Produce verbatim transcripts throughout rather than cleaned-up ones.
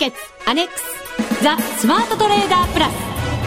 決アネックスザ・スマートトレーダープラス。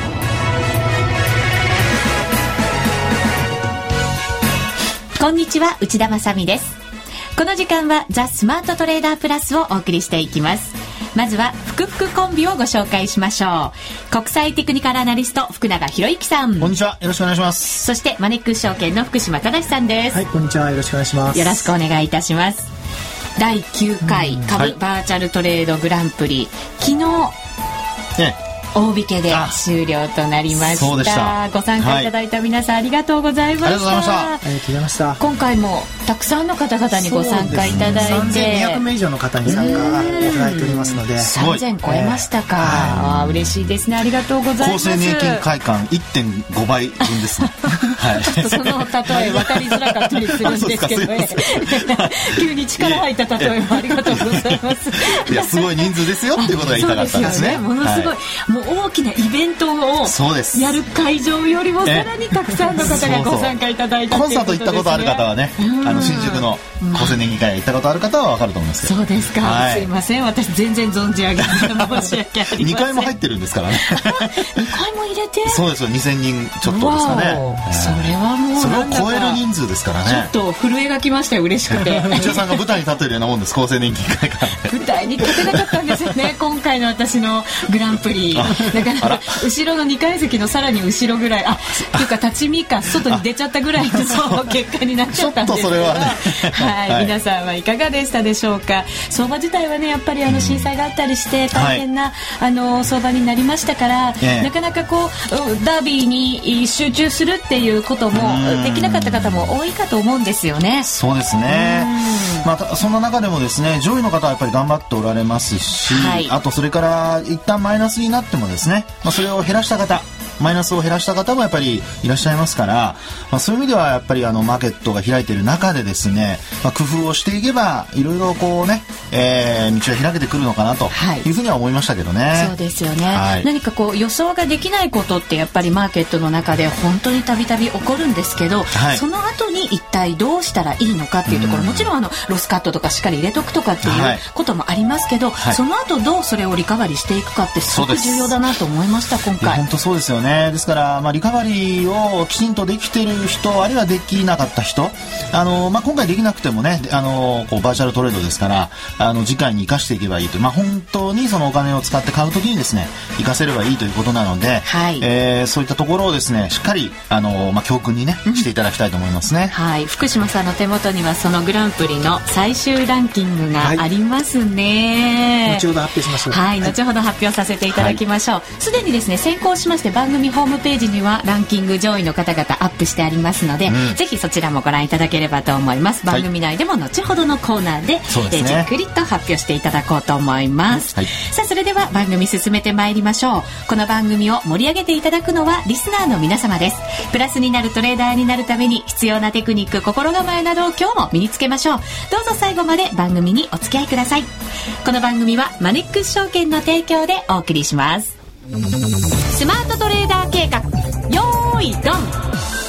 こんにちは、内田まさみです。この時間はザ・スマートトレーダープラスをお送りしていきます。まずは福福コンビをご紹介しましょう。国際テクニカルアナリスト福永博之さん、 こんにちは、よろしくお願いします。 そしてマネックス証券の福島正さんです。 はい、こんにちは、よろしくお願いします。 よろしくお願いいたします。だいきゅうかい株バーチャルトレードグランプリ、昨日、ね、大引けで終了となりました。 そうでした。 ご参加いただいた皆さん、はい、ありがとうございました。 ありがとうございました。 ありがとうございました。 今回もたくさんの方々にご参加いただいて、 さんぜんにひゃくめい以上の方に参加いただいておりますので、 さんぜん超えましたか、えーはい、あ、嬉しいですね。ありがとうございます。 厚生年金会館 いってんご 倍分ですね。はい、 ちょっとその例え分かりづらかったりするんですけどね。急に力入った例えもありがとうございます。 いや、すごい人数ですよっていうことが言いたかったんですね。 そうですよね。ものすごい、はい、もう大きなイベントをやる会場よりもさらにたくさんの方がご参加いただいたということですね。コンサート行ったことある方はね、あの新宿の厚生年金会館行ったことある方は分かると思いますけど。そうですか、はい、すいません、私全然存じ上げない、申し訳ありません。 にかいも入ってるんですからね。 にかいも入れて、 そうですよ、にせんにんちょっとですかね、 えー、それはもうそれを超える人数ですからね。 ちょっと震えがきましたよ、嬉しくて。 内田さんが舞台に立ってるようなもんです、厚生年金会館。 舞台に立てなかったんですよね。今回の私のグランプリだから後ろのにかい席のさらに後ろぐらい、あ、っていうか立ち見か外に出ちゃったぐらいのそう結果になっちゃったんですけど、 ちょっとそれはねはい、はい、皆さんはいかがでしたでしょうか。相場自体はね、やっぱりあの震災があったりして大変な、はい、あの相場になりましたから、ええ、なかなかこうダービーに集中するっていうこともできなかった方も多いかと思うんですよね。 そうですね。まあ、そんな中でもですね、上位の方はやっぱり頑張っておられますし、はい、あとそれから一旦マイナスになってもですね、まあ、それを減らした方、マイナスを減らした方もやっぱりいらっしゃいますから、まあ、そういう意味ではやっぱりあのマーケットが開いている中でですね、まあ、工夫をしていけばいろいろこうね、えー、道が開けてくるのかなというふうには思いましたけどね、はい、 そうですよね、はい、何かこう予想ができないことってやっぱりマーケットの中で本当にたびたび起こるんですけど、はい、その後に一体どうしたらいいのかっていうところ、もちろんあのロスカットとかしっかり入れとくとかっていうこともありますけど、はい、その後どうそれをリカバリーしていくかってすごく重要だなと思いました。今回本当そうですよね。ですからまあ、リカバリーをきちんとできている人、あるいはできなかった人、あの、まあ、今回できなくてもね、あのこうバーチャルトレードですから、あの次回に生かしていけばいいという、まあ、本当にそのお金を使って買うときにですね、生かせればいいということなので、はい、えー、そういったところをですね、しっかりあの、まあ、教訓にね、していただきたいと思いますね、うん、 はい、福島さんの手元にはそのグランプリの最終ランキングがありますね、 はい、後ほど発表しましょう。 はい、後ほど発表させていただきましょう。すで、はい、にですね、先行しまして番組ホームページにはランキング上位の方々アップしてありますので、うん、ぜひそちらもご覧いただければと思います。番組内でも後ほどのコーナーで、はい、えー、じっくりと発表していただこうと思います、はい、さあそれでは番組進めてまいりましょう。この番組を盛り上げていただくのはリスナーの皆様です。プラスになるトレーダーになるために必要なテクニック、心構えなどを今日も身につけましょう。どうぞ最後まで番組にお付き合いください。この番組はマネックス証券の提供でお送りします。スマートトレーダー計画、よーいドン。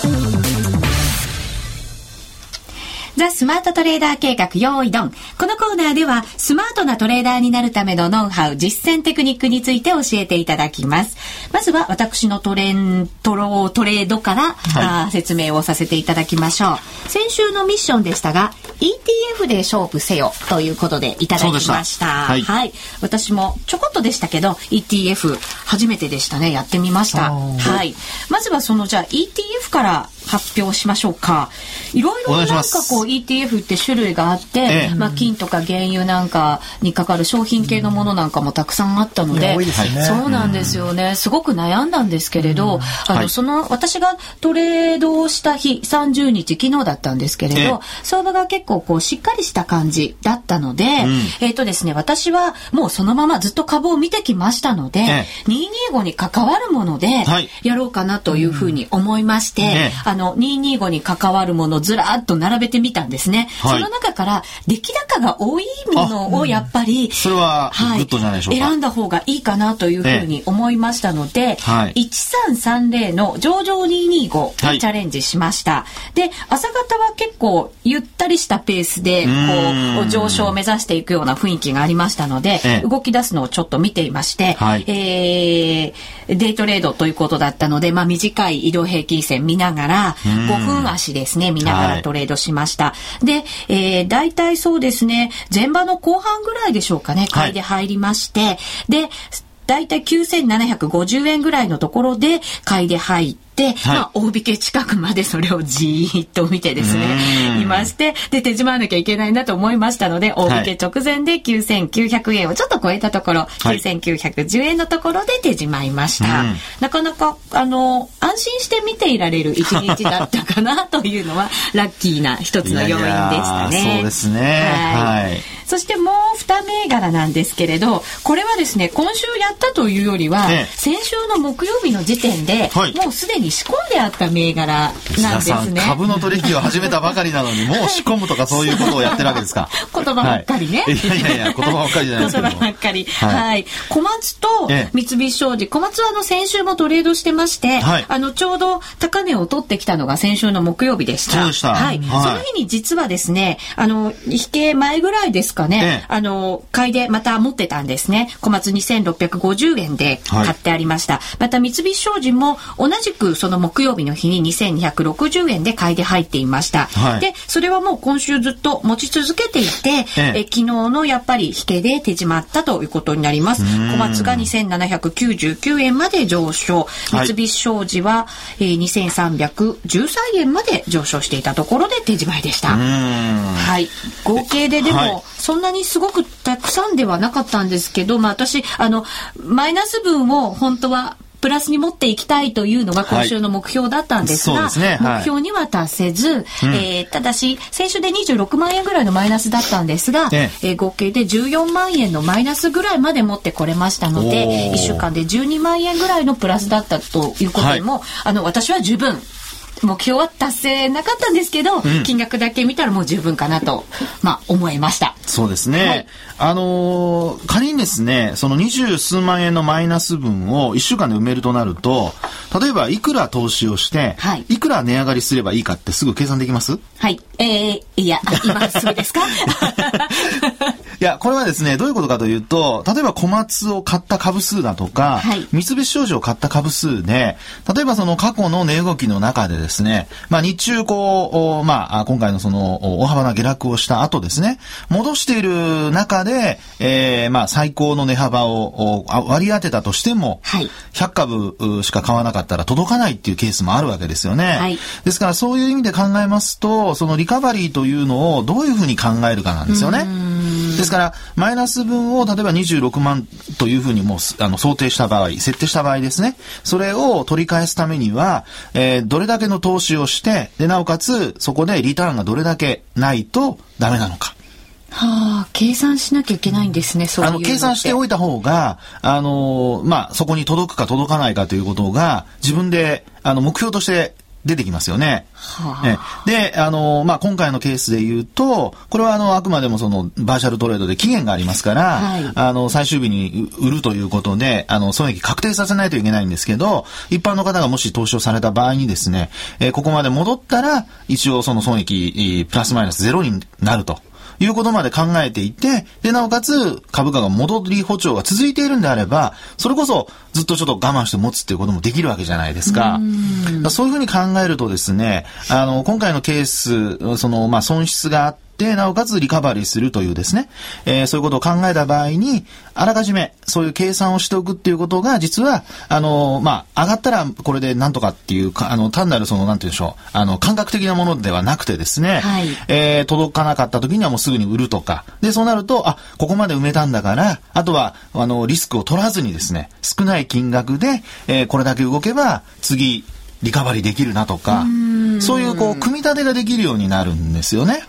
ザ・スマートトレーダー計画、用意ドン。このコーナーではスマートなトレーダーになるためのノウハウ、実践テクニックについて教えていただきます。まずは私のトレントロトレードから、はい、あ説明をさせていただきましょう。先週のミッションでしたが イーティーエフ で勝負せよということでいただきました。した、はいはい、私もちょこっとでしたけど イーティーエフ 初めてでしたね。やってみました。はい、まずはそのじゃあ イーティーエフ から発表しましょうか。いろいろなんかこう イーティーエフ って種類があって、ええ、まあ、金とか原油なんかにかかる商品系のものなんかもたくさんあったので、 多いですね、 そうなんですよね。すごく悩んだんですけれど、あの、はい、その私がトレードをした日さんじゅうにち、昨日だったんですけれど、相場が結構こうしっかりした感じだったので、うん、えーとですね、私はもうそのままずっと株を見てきましたので、ええ、にひゃくにじゅうごに関わるものでやろうかなというふうに思いまして、ええ、あのにひゃくにじゅうごに関わるものをずらっと並べてみたんですね、はい、その中から出来高が多いものをやっぱり、 うん、それはグッドじゃないでしょうか、 はい、選んだ方がいいかなというふうに思いましたので、はい、いちさんさんゼロの上場にひゃくにじゅうごにチャレンジしました、はい、で朝方は結構ゆったりしたペースでこう上昇を目指していくような雰囲気がありましたので、ええ、動き出すのをちょっと見ていまして、はい、えー、デイトレードということだったので、まあ、短い移動平均線見ながらごふん足ですね見ながらトレードしました、はい、で、えー、大体そうですね前場の後半ぐらいでしょうかね買いで入りまして、はい、でだいたいきゅうせんななひゃくごじゅうえんぐらいのところで買いで入ってで、はい、まあ、大引け近くまでそれをじーっと見てですねいまして、で手締まわなきゃいけないなと思いましたので、大引け直前できゅうせんきゅうひゃくえんをちょっと超えたところ、はい、きゅうせんきゅうひゃくじゅうえんのところで手締まいました。なかなかあの安心して見ていられる一日だったかなというのはラッキーな一つの要因でしたね。 いやいやそうですね、はいはい、 そしてもうに銘柄なんですけれど、これはですね今週やったというよりは、ええ、先週の木曜日の時点で、はい、もうすでに仕込んであった銘柄なんですね。 株の取引を始めたばかりなのにもう仕込むとかそういうことをやってるわけですか言葉ばっかりね、 はい、いやいやいや言葉ばっかりじゃないですけど言葉ばっかり、はいはい、小松と三菱商事、小松はあの先週もトレードしてまして、はい、あのちょうど高値を取ってきたのが先週の木曜日でした。 そうでした、 はいはい、その日に実はですねあの引け前ぐらいですかね、ええ、あの買いでまた持ってたんですね。小松にせんろっぴゃくごじゅうえんで買ってありました、はい、また三菱商事も同じくその木曜日の日ににせんにひゃくろくじゅうえんで買いで入っていました、はい、でそれはもう今週ずっと持ち続けていて、えええ昨日のやっぱり引けで手締まったということになります。小松がにせんななひゃくきゅうじゅうきゅうえんまで上昇、三菱商事は、えー、にせんさんびゃくじゅうさんえんまで上昇していたところで手締まいでした。はい、合計ででも、はい、そんなにすごくたくさんではなかったんですけど、まあ、私あのマイナス分を本当はプラスに持っていきたいというのが今週の目標だったんですが、はいですねはい、目標には達せず、うんえー、ただし先週でにじゅうろくまんえんぐらいのマイナスだったんですが、えええー、合計でじゅうよんまんえんのマイナスぐらいまで持ってこれましたので、いっしゅうかんでじゅうにまんえんぐらいのプラスだったということでも、はい、あの私は十分目標は達成なかったんですけど、うん、金額だけ見たらもう十分かなと、まあ、思いました。 そうですね、はい、あのー、仮にですねその二十数万円のマイナス分をいっしゅうかんで埋めるとなると、例えばいくら投資をして、はい、いくら値上がりすればいいかってすぐ計算できます？ はい、えー、いや今すぐですかいやこれはですねどういうことかというと、例えば小松を買った株数だとか、はい、三菱商事を買った株数で、例えばその過去の値動きの中でですね、まあ、日中こう、まあ、今回のその大幅な下落をした後ですね、戻している中で、えー、まあ最高の値幅を割り当てたとしても、はい、ひゃくかぶしか買わなかったら届かないっていうケースもあるわけですよね、はい、ですからそういう意味で考えますと、そのリカバリーというのをどういうふうに考えるかなんですよね。ですからマイナス分を例えばにじゅうろくまんというふうにもうあの想定した場合、設定した場合ですね、それを取り返すためには、えー、どれだけの投資をして、でなおかつそこでリターンがどれだけないとダメなのか。 はあ、計算しなきゃいけないんですね。そういうのって。 あの計算しておいた方が、あのー、まあそこに届くか届かないかということが自分であの目標として出てきますよね。はあ、で、あの、まあ、今回のケースで言うと、これはあの、あくまでもその、バーチャルトレードで期限がありますから、はい、あの、最終日に売るということで、あの、損益確定させないといけないんですけど、一般の方がもし投資をされた場合にですね、えー、ここまで戻ったら、一応その損益、プラスマイナスゼロになると。いうことまで考えていて、で、なおかつ株価が戻り歩調が続いているんであれば、それこそずっとちょっと我慢して持つっていうこともできるわけじゃないですか。うそういうふうに考えるとですね、あの、今回のケース、その、まあ、損失があって、で、なおかつリカバリーするというですね、えー、そういうことを考えた場合に、あらかじめそういう計算をしておくっていうことが、実は、あの、まあ、上がったらこれでなんとかっていうか、あの、単なるその、なんて言うんでしょう、あの、感覚的なものではなくてですね、はい、えー、届かなかった時にはもうすぐに売るとか、で、そうなると、あ、ここまで埋めたんだから、あとは、あの、リスクを取らずにですね、少ない金額で、えー、これだけ動けば、次、リカバリーできるなとか、うそういうこう組み立てができるようになるんですよね。 なるほ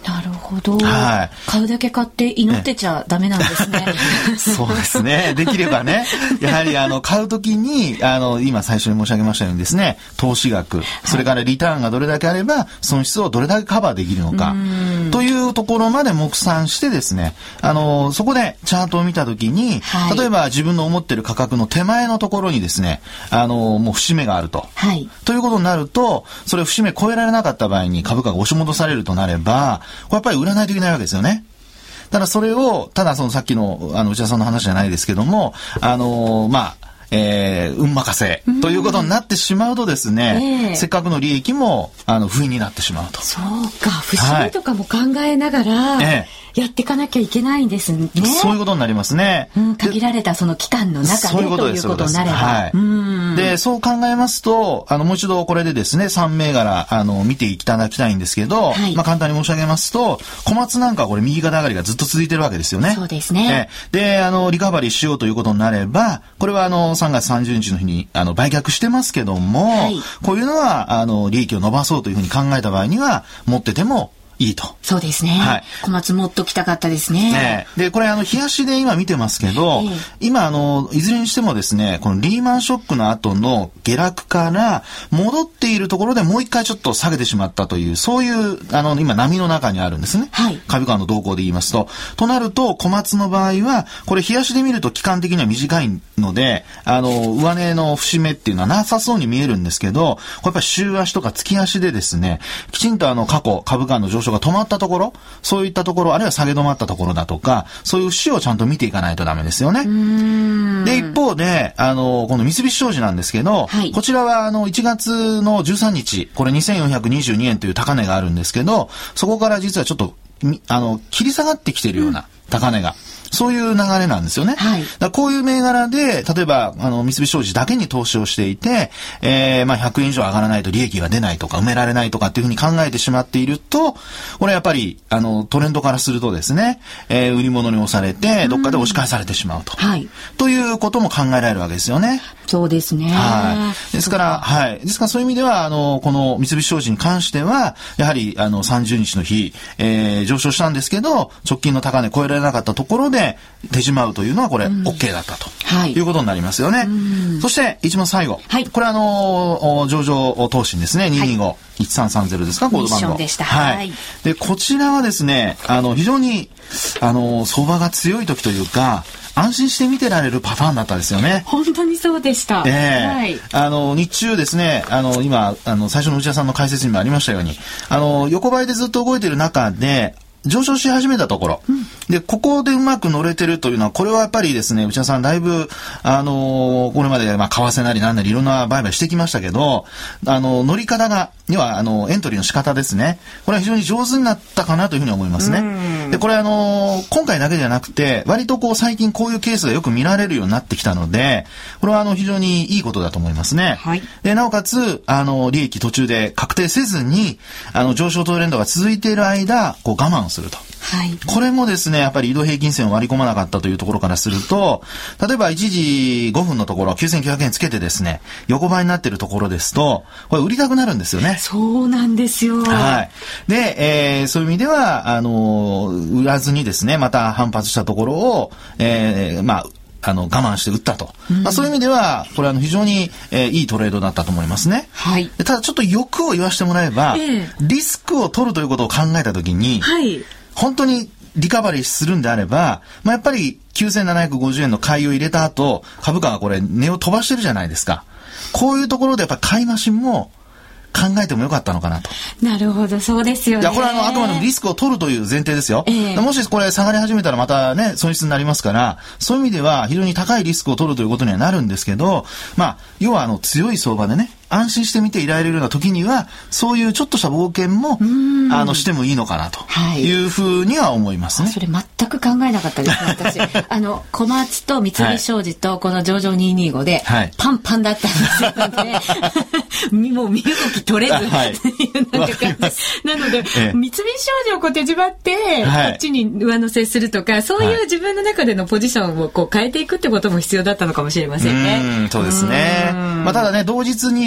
ほど、はい、買うだけ買って祈ってちゃダメなんですね。 そうですね。できればね、やはりあの買うときにあの今最初に申し上げましたようにですね、投資額、それからリターンがどれだけあれば損失をどれだけカバーできるのかというところまで目算してですね、あのそこでチャートを見たときに、はい、例えば自分の思っている価格の手前のところにですね、あのもう節目があると、はい、ということになると、それを節目超えられなかった場合に株価が押し戻されるとなれば、これやっぱり売らないといけないわけですよね。ただそれを、ただそのさっきのあの内田さんの話じゃないですけども、あのー、まあえー、運任せということになってしまうとですね、えー、せっかくの利益もあの不意になってしまうと。 そうか、節目とかも考えながら、はい、えーやっていかなきゃいけないんですね。 そういうことになりますね。 うん、限られたその期間の中でということになれば。はい、 うんで、そう考えますと、あの、もう一度これでですね、さん銘柄、あの、見ていただきたいんですけど、はい、まあ簡単に申し上げますと、小松なんかはこれ右肩上がりがずっと続いてるわけですよね。 そうですね。 えで、あの、リカバリーしようということになれば、これはあの、さんがつさんじゅうにちの日に、あの、売却してますけども、はい、こういうのは、あの、利益を伸ばそうというふうに考えた場合には、持ってても、いいと。 そうですね。はい。小松もっと来たかったですね。ねで、これあの、冷やしで今見てますけど、えー、今あの、いずれにしてもですね、このリーマンショックの後の下落から戻っているところでもう一回ちょっと下げてしまったという、そういう、あの、今波の中にあるんですね。はい。株価の動向で言いますと。となると、小松の場合は、これ冷やしで見ると期間的には短いので、あの、上値の節目っていうのはなさそうに見えるんですけど、これやっぱり週足とか月足でですね、きちんとあの、過去株価の上昇が止まったところ、そういったところ、あるいは下げ止まったところだとか、そういう節をちゃんと見ていかないとダメですよね。で、一方で、あの、この三菱商事なんですけど、はい、こちらはあの、いちがつのじゅうさんにち、これにせんよんひゃくにじゅうにえんという高値があるんですけど、そこから実はちょっと、あの、切り下がってきているような高値が。そういう流れなんですよね。はい、だからこういう銘柄で、例えば、あの、三菱商事だけに投資をしていて、えー、まあ、ひゃくえん以上上がらないと利益が出ないとか、埋められないとかっていうふうに考えてしまっていると、これやっぱり、あの、トレンドからするとですね、えー、売り物に押されて、どっかで押し返されてしまうと。はい。ということも考えられるわけですよね。 そうですね。 はい。ですから、はい。ですからそういう意味では、あの、この三菱商事に関しては、やはり、あの、さんじゅうにちの日、えー、上昇したんですけど、直近の高値超えられなかったところで、手締まうというのはこれ、うん、OK だったと、はい、いうことになりますよね。そして、一番最後。はい。これあの、上場投信ですね。にひゃくにじゅうご、いちさんさんゼロですか、コード番号。 でした。 はい。で、こちらはですね、あの、非常に、あの、相場が強い時というか、安心して見てられるパターンだったんですよね。 本当にそうでした。 えー、はい。あの、日中ですね、あの、今、あの、最初の内田さんの解説にもありましたように、あの、横ばいでずっと動いている中で、上昇し始めたところ、うん、でここでうまく乗れてるというのは、これはやっぱりですね、内田さんだいぶあのー、これまでまあ為替なりなんなりいろんな売買してきましたけど、あの乗り方が要はあのエントリーの仕方ですね、これは非常に上手になったかなというふうに思いますね。でこれあのー、今回だけじゃなくて割とこう最近こういうケースがよく見られるようになってきたので、これはあの非常にいいことだと思いますね。はい、でなおかつあの利益途中で確定せずにあの上昇トレンドが続いている間こう我慢をすると。はい、これもですね、やっぱり移動平均線を割り込まなかったというところからすると、例えば一時ごふんのところきゅうせんきゅうひゃくえんつけてですね、横ばいになっているところですと、これ売りたくなるんですよね。 そうなんですよ。 はい。で、えー、そういう意味では、あの、売らずにですね、また反発したところを、えー、まあ、あの我慢して打ったと、うんまあ、そういう意味ではこれはあの非常に、えー、いいトレードだったと思いますね。はい、ただちょっと欲を言わせてもらえば、えー、リスクを取るということを考えたときに、はい、本当にリカバリーするんであれば、まあ、やっぱりきゅうせんななひゃくごじゅうえんの買いを入れた後、株価がこれ値を飛ばしてるじゃないですか。こういうところでやっぱ買い増しも考えてもよかったのかなと。 なるほど、そうですよね。 いや、これはあのあくまでもリスクを取るという前提ですよ。えー、もしこれ下がり始めたらまたね損失になりますから、そういう意味では非常に高いリスクを取るということにはなるんですけど、まあ要はあの強い相場でね、安心して見ていられるような時にはそういうちょっとした冒険もあのしてもいいのかなというふうには思いますね。 それ全く考えなかったですね、私。あの小松と三菱商事とこの上場にひゃくにじゅうごでパンパンだったんですよね。もう身動き取れずっていうなんか感じ。なので、ええ、三菱商事をこう手締まって、はい、こっちに上乗せするとか、そういう自分の中でのポジションをこう変えていくってことも必要だったのかもしれませんね。 うん、そうですね。まあ、ただね、同日に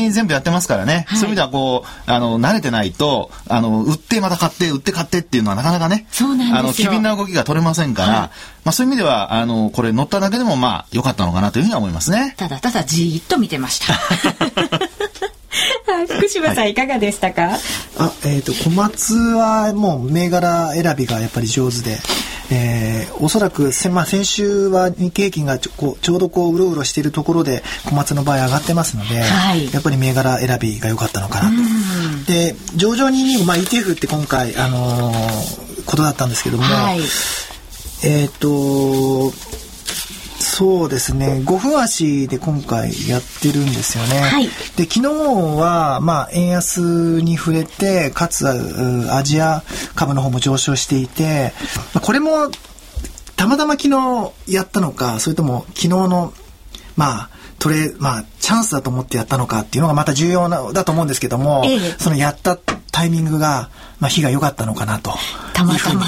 に全部やってますからね、はい、そういう意味ではこうあの慣れてないとあの売ってまた買って売って買ってっていうのはなかなかね、 そうなんですよ、 あの機敏な動きが取れませんから、はい、まあ、そういう意味ではあのこれ乗っただけでもまあ良かったのかなというふうには思いますね。 ただただじーっと見てました福島さん、はい、いかがでしたか？ あ、えーと、小松はもう銘柄選びがやっぱり上手で、えー、おそらく、まあ、先週は日経平均がちょ、こうちょうどこううろうろしているところで小松の場合上がってますので、はい、やっぱり銘柄選びが良かったのかなと。で、上場に、まあ、イーティーエフ って今回、あのー、ことだったんですけども、はい、えっとそうですね、ごふん足で今回やってるんですよね、はい、で昨日はまあ円安に触れて、かつアジア株の方も上昇していて、これもたまたま昨日やったのか、それとも昨日のまあトレまあチャンスだと思ってやったのかっていうのがまた重要なだと思うんですけども、ええ、そのやったタイミングがまあ日が良かったのかなと、 たまたま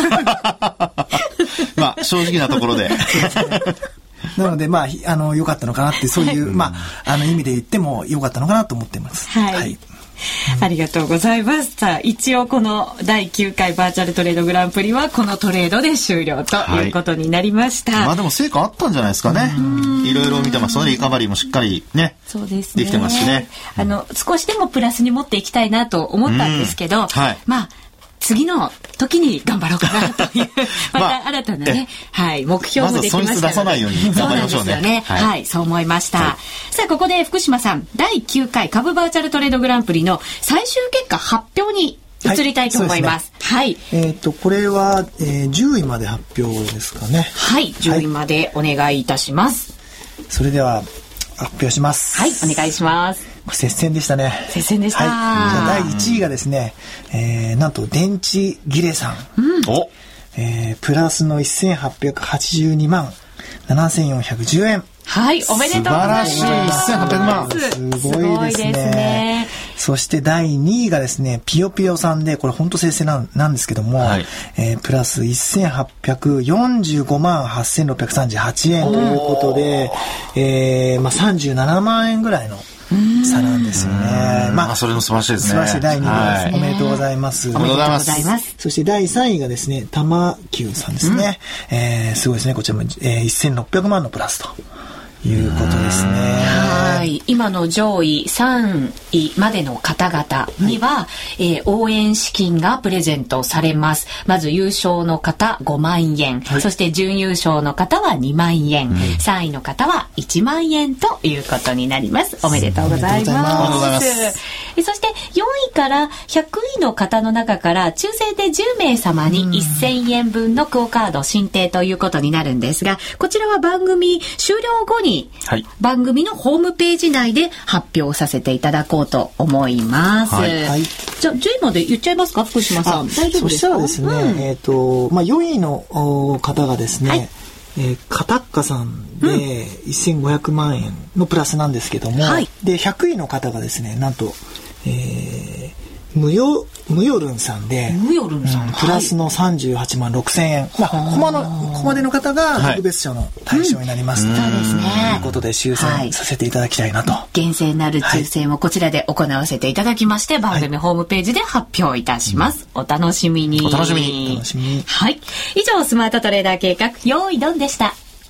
まあ正直なところでなのでまああの良かったのかなって、そういう、はい、まああの意味で言っても良かったのかなと思っています。 はい。はい、ありがとうございます。さあ、一応このだいきゅうかいバーチャルトレードグランプリはこのトレードで終了ということになりました。はい、 まあでも成果あったんじゃないですかね。いろいろ見てますので、リカバリーもしっかりね、 そうですね、 できてますしね。 あの少しでもプラスに持っていきたいなと思ったんですけど、はい、まあ次の時に頑張ろうかなというまた新たなね、まあ、はい、目標もできましたので、まずは損失出さないように頑張りましょうね。そうなんですよね。はい、はい、そう思いました。はい、さあここで福島さん、だいきゅうかい株バーチャルトレードグランプリの最終結果発表に移りたいと思います。はい。 はい、えっとこれは、えー、じゅういまで発表ですかね。 はい、じゅういまでお願いいたします。 はい、それでは発表します。 はい、お願いします。 接戦でしたね。 接戦でした。はい、じゃあだいいちいがですね、えー、なんと電池ギレさん、うん、お、えー、プラスのせんはっぴゃくはちじゅうにまんななせんよんひゃくじゅうえん。 はい、おめでとうございます。 素晴らしい。せんはっぴゃくまん。 すごいですね。すですね。そしてだいにいがですね、ピヨピヨさんで、これ本当接戦なんなんですけども、はい、えー、プラスせんはっぴゃくよんじゅうごまんはっせんろっぴゃくさんじゅうはちえんということで、えー、まあさんじゅうななまんえんぐらいの差なんですよね。 まあそれも素晴らしいですね。 素晴らしいだいにいです、はい。おめでとうございます。 おめでとうございます。 そしてだいさんいがですね、玉久さんですね。うん、えー、すごいですね。こちらも、えー、せんろっぴゃくまんのプラスということですね。 はい。今の上位さんいまでの方々には、はい、えー、応援資金がプレゼントされます。まず優勝の方ごまんえん、はい、そして準優勝の方はにまんえん、うん、さんいの方はいちまんえんということになります。おめでとうございます。そしてよんいからひゃくいの方の中から抽選でじゅうめいさまにせんえんぶんのクオカード申請ということになるんですが、こちらは番組終了後にはい、番組のホームページ内で発表させていただこうと思います。はい、じゃあじゅういまで言っちゃいますか、福島さん。大丈夫ですか？そしたらですね、うん、えっとまあよんいの方がですね、はい、えー、片岡さんでせんごひゃくまんえんのプラスなんですけども、はい、でひゃくいの方がですね、なんと、えー無よ無よるんさんで、 無よるんさん、うん、 プラスのさんじゅうはちまんろくせんえん、はい、まあ、コマのコマでの方が特別賞の対象になりますので、 はい、うん、そうですね、 ということで抽選させていただきたいなと、はい、 厳正なる抽選をこちらで行わせていただきまして、はい、番組ホームページで発表いたします、うん、お楽しみに。 お楽しみに。 お楽しみに。 はい、以上スマートトレーダー計画用意ドンでした。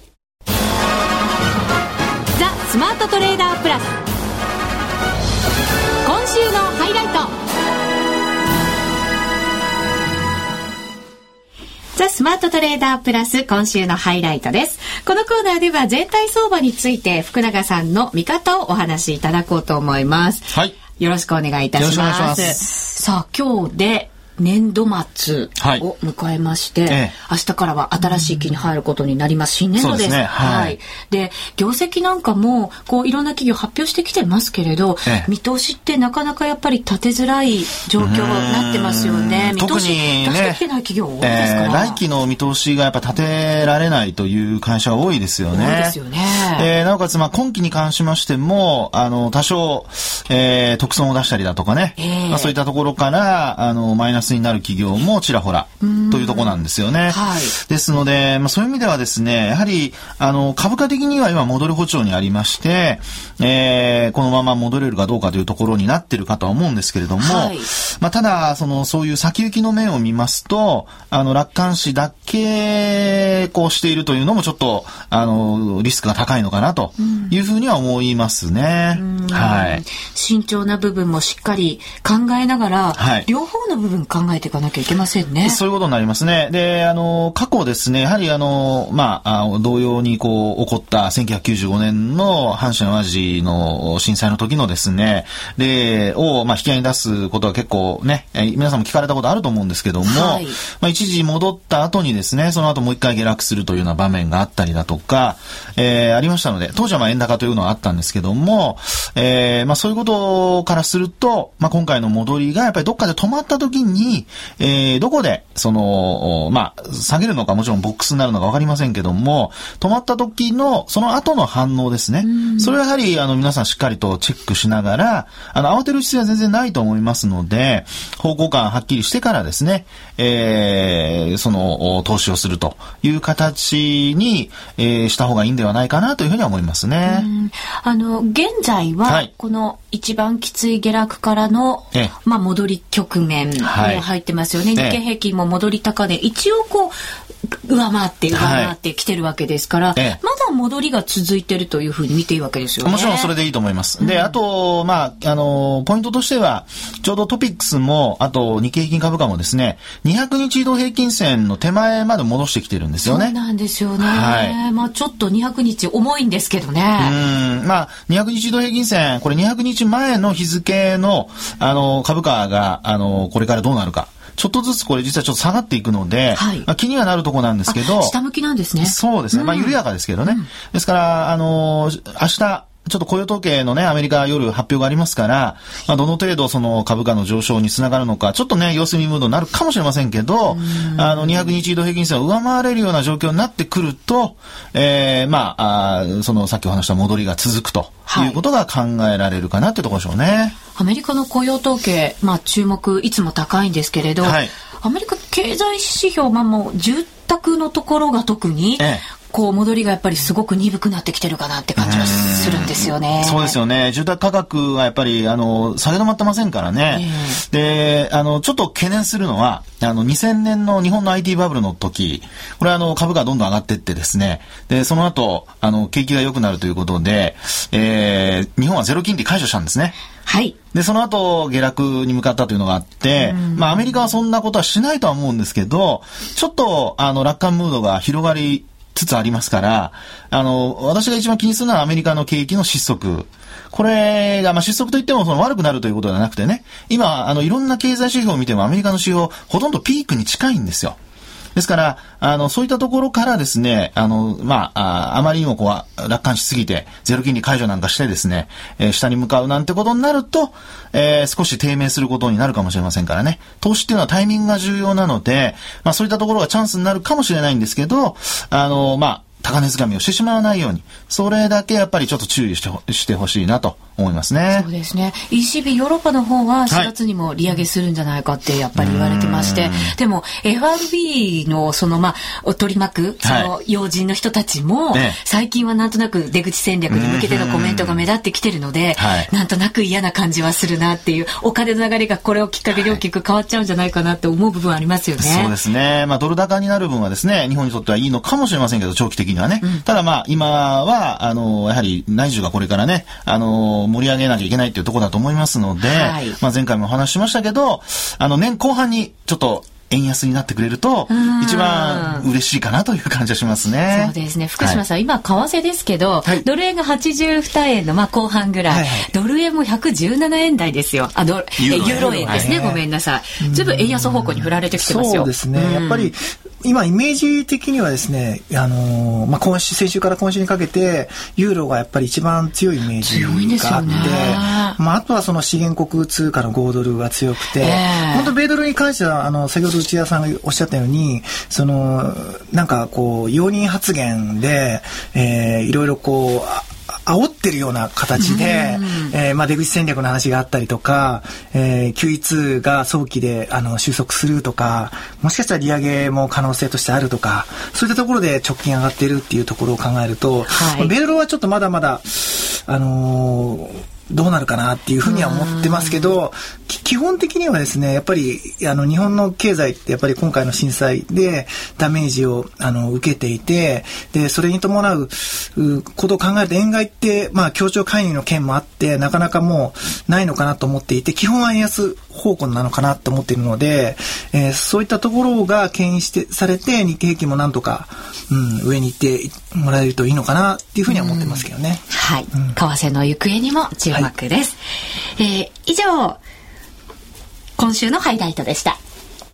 ザ・スマートトレーダープラス、今週のハイライト。ザ・スマートトレーダープラス、今週のハイライトです。このコーナーでは全体相場について福永さんの見方をお話しいただこうと思います。はい。よろしくお願いいたします。よろしくお願いします。さあ、今日で年度末を迎えまして、はい、ええ、明日からは新しい期に入ることになります。新年度です。そうですね。はい。はい、で、業績なんかもこういろんな企業発表してきてますけれど、ええ、見通しってなかなかやっぱり立てづらい状況になってますよね。見通し出してきてない企業多いですか？ えー、来期の見通しがやっぱ立てられないという会社が多いですよね。 多いですよね。 えー、なおかつまあ今期に関しましてもあの多少、えー、特損を出したりだとかね、えーまあ、そういったところからあのマイナス慎重な部分もしっかり考えながら、はい、両方の部分考えていかなきゃいけませんね。 そういうことになりますね。で、あの過去ですね、やはりあのまあ同様にこう起こったせんきゅうひゃくきゅうじゅうごねんの阪神淡路の震災の時のですね、例をまあ引き合いに出すことは結構ね、皆さんも聞かれたことあると思うんですけども、はい、まあ一時戻った後にですね、その後もう一回下落するというような場面があったりだとか、えー、ありましたので、当時はまあ円高というのはあったんですけども、えー、まあそういうことからすると、まあ今回の戻りがやっぱりどっかで止まった時に、えー、どこでそのまあ下げるのかもちろんボックスになるのか分かりませんけども、止まった時のその後の反応ですね、それはやはりあの皆さんしっかりとチェックしながら、あの慌てる必要は全然ないと思いますので、方向感はっきりしてからですね、えー、その投資をするという形に、えー、した方がいいんではないかなというふうには思いますね。 うん、あの現在はこの一番きつい下落からの、はい、まあ、戻り局面に入ってますよね。はい、日経平均も戻り高値、一応こう上回って上回ってきてるわけですから、はい、まだ戻りが続いてるというふうに見ていいわけですよね。 もちろんそれでいいと思います。うん、で、あと、まあ、あのポイントとしてはちょうどトピックスもあと日経平均株価もですね、にひゃくにち移動平均線の手前まで戻してきてるんですよね。 そうなんですよね。はい、まあ、ちょっとにひゃくにち重いんですけどね。 うん、まあ、にひゃくにち移動平均線、これにひゃくにちまえの日付のあの株価があのこれからどうなるか。ちょっとずつこれ実はちょっと下がっていくので、はい、まあ、気にはなるところなんですけど、 下向きなんですね。 そうですね。まあ、緩やかですけどね。うん、ですから、あのー、明日、ちょっと雇用統計のね、アメリカ夜発表がありますから、まあ、どの程度その株価の上昇につながるのか、ちょっとね、様子見ムードになるかもしれませんけど、あの、にひゃくにち移動平均線を上回れるような状況になってくると、えー、まあ、あその、さっきお話した戻りが続くということが考えられるかなというところでしょうね。 アメリカの雇用統計、まあ、注目いつも高いんですけれど、はい、アメリカ経済指標、まあ、もう住宅のところが特に、ええ、こう戻りがやっぱりすごく鈍くなってきてるかなって感じがするんですよね。 そうですよね。住宅価格はやっぱりあの下げ止まってませんからね。えー、で、あのちょっと懸念するのはあのにせんねんの日本の アイティー バブルの時、これあの株価がどんどん上がっていってですね。でその後あの景気が良くなるということで、えー、日本はゼロ金利解除したんですね。 はい。 で、その後、下落に向かったというのがあって、まあ、アメリカはそんなことはしないとは思うんですけど、ちょっと、あの、楽観ムードが広がりつつありますから、あの、私が一番気にするのはアメリカの景気の失速。これが、まあ、失速といってもその悪くなるということではなくてね、今、あの、いろんな経済指標を見てもアメリカの指標、ほとんどピークに近いんですよ。ですから、あの、そういったところからですね、あの、まあ、あ, あまりにもこう、楽観しすぎて、ゼロ金利解除なんかしてですね、えー、下に向かうなんてことになると、えー、少し低迷することになるかもしれませんからね。投資っていうのはタイミングが重要なので、まあ、そういったところがチャンスになるかもしれないんですけど、あの、まあ、高値掴みをしてしまわないように、それだけやっぱりちょっと注意してほ、してほしいなと思いますね。 そうですね。イーシービー ヨーロッパの方はしがつにも利上げするんじゃないかってやっぱり言われてまして、はい、でも エフアールビー のそのまあ取り巻くその要人の人たちも、はい、最近はなんとなく出口戦略に向けてのコメントが目立ってきてるので、はい、なんとなく嫌な感じはするなっていう、お金の流れがこれをきっかけで大きく変わっちゃうんじゃないかなって思う部分ありますよね。 そうですね。まあドル高になる分はですね、日本にとってはいいのかもしれませんけど、長期的にはね。うん、ただまあ今はあのやはり内需がこれからね、あの盛り上げなきゃいけないっていうところだと思いますので、はい、まあ前回もお話ししましたけど、あの年後半にちょっと円安になってくれると一番嬉しいかなという感じがしますね。 そうですね。福島さん、はい、今為替ですけど、はい、ドル円がはちじゅうにえんのまあ後半ぐらい、はいはい、ドル円もひゃくじゅうななえん台ですよ。あドルユーロ円ですね、はい、ごめんなさい。ずいぶん円安方向に振られてきてますよ。 そうですね。やっぱり今イメージ的にはですね、あのーまあ、今週先週から今週にかけてユーロがやっぱり一番強いイメージがあって、まあ、あとはその資源国通貨のごドルが強くて、えー、本当米ドルに関してはあの先ほど内田さんがおっしゃったように、そのなんかこう容認発言で、えー、いろいろこう煽ってるような形で、えーまあ、出口戦略の話があったりとか、えー、キューイーツー が早期であの収束するとか、もしかしたら利上げも可能性としてあるとか、そういったところで直近上がっているっていうところを考えると、はい、米ロはちょっとまだまだ、あのーどうなるかなっていうふうには思ってますけど、基本的にはですね、やっぱりあの日本の経済ってやっぱり今回の震災でダメージをあの受けていて、でそれに伴うことを考えると円買いってまあ協調介入の件もあってなかなかもうないのかなと思っていて、基本は円安方向なのかなと思っているので、えー、そういったところが牽引してされて日経平均もなんとか、うん、上に行ってもらえるといいのかなっていうふうには思ってますけどね。 はい、うん、為替の行方にも注目です、はい、えー、以上今週のハイライトでした。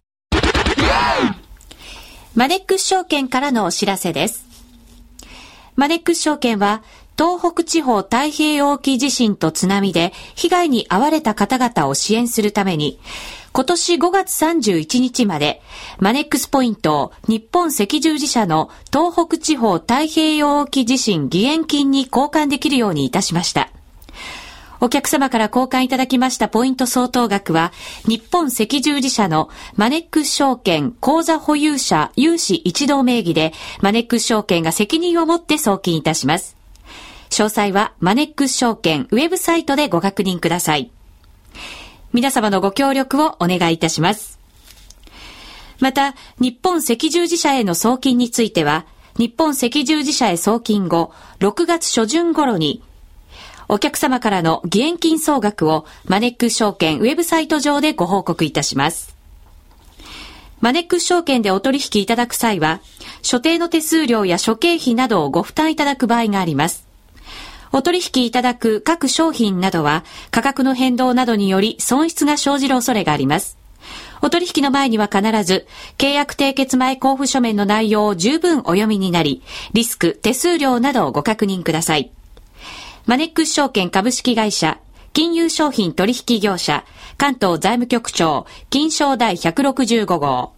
マネックス証券からのお知らせです。マネックス証券は東北地方太平洋沖地震と津波で被害に遭われた方々を支援するために、今年ごがつさんじゅういちにちまでマネックスポイントを日本赤十字社の東北地方太平洋沖地震義援金に交換できるようにいたしました。お客様から交換いただきましたポイント相当額は、日本赤十字社のマネックス証券口座保有者有志一同名義で、マネックス証券が責任を持って送金いたします。詳細はマネックス証券ウェブサイトでご確認ください。皆様のご協力をお願いいたします。また、日本赤十字社への送金については、日本赤十字社へ送金後、ろくがつしょじゅん頃に、お客様からの義援金総額をマネックス証券ウェブサイト上でご報告いたします。マネックス証券でお取引いただく際は、所定の手数料や諸経費などをご負担いただく場合があります。お取引いただく各商品などは価格の変動などにより損失が生じる恐れがあります。お取引の前には必ず契約締結前交付書面の内容を十分お読みになり、リスク、手数料などをご確認ください。マネックス証券株式会社、金融商品取引業者、関東財務局長、金商第ひゃくろくじゅうご号。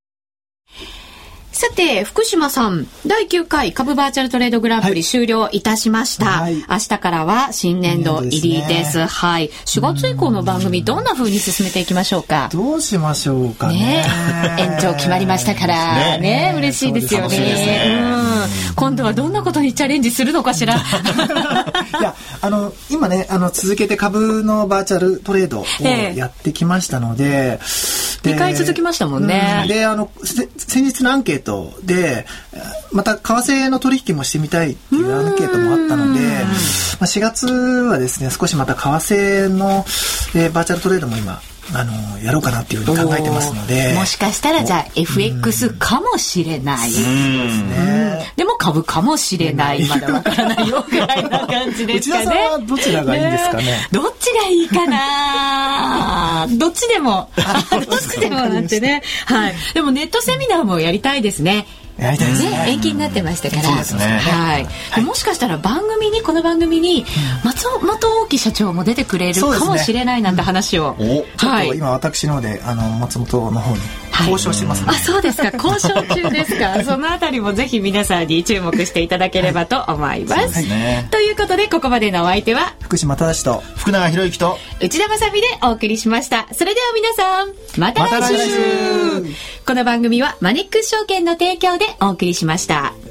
さて、福島さん、だいきゅうかい株バーチャルトレードグランプリ終了いたしました。はい、明日からは新年度入りです。ですね、はい。しがつ以降の番組、どんな風に進めていきましょうか。 どうしましょうかね。 ね、延長決まりましたから、ね、ね、嬉しいですよね。ね、うん。今度はどんなことにチャレンジするのかしら。いや、あの、今ね、あの、続けて株のバーチャルトレードをやってきましたので、ええ、にかい続きましたもんね。 うん、で、あの、先日のアンケートでまた為替の取引もしてみたいっていうアンケートもあったので、まあ、しがつはですね少しまた為替の、えー、バーチャルトレードも今あのやろうかなっていうふうに考えてますので、 もしかしたらじゃあ エフエックス かもしれない、うん、ね、でも株かもしれない、まだわからないよぐらいな感じですかね。 内田さんはどちらがいいんですかね。 ね、どっちがいいかな。どっちでもどっちでもなんてね、はい、でもネットセミナーもやりたいですね。 やりたいですね。 ね、延期になってましたから。 そうですね。 はい。はい、もしかしたら番組にこの番組に松本大樹社長も出てくれるかもしれないなんて話を。 ね、うん、ちょっと今私の方であの松本の方に交渉してますので、 はい、あ、そうですか。交渉中ですか。そのあたりもぜひ皆さんに注目していただければと思います。はい、そうですね。ということでここまでのお相手は福島正と福永博之と内田まさみでお送りしました。それでは皆さんまた来週。また来週。この番組はマネックス証券の提供でお送りしました。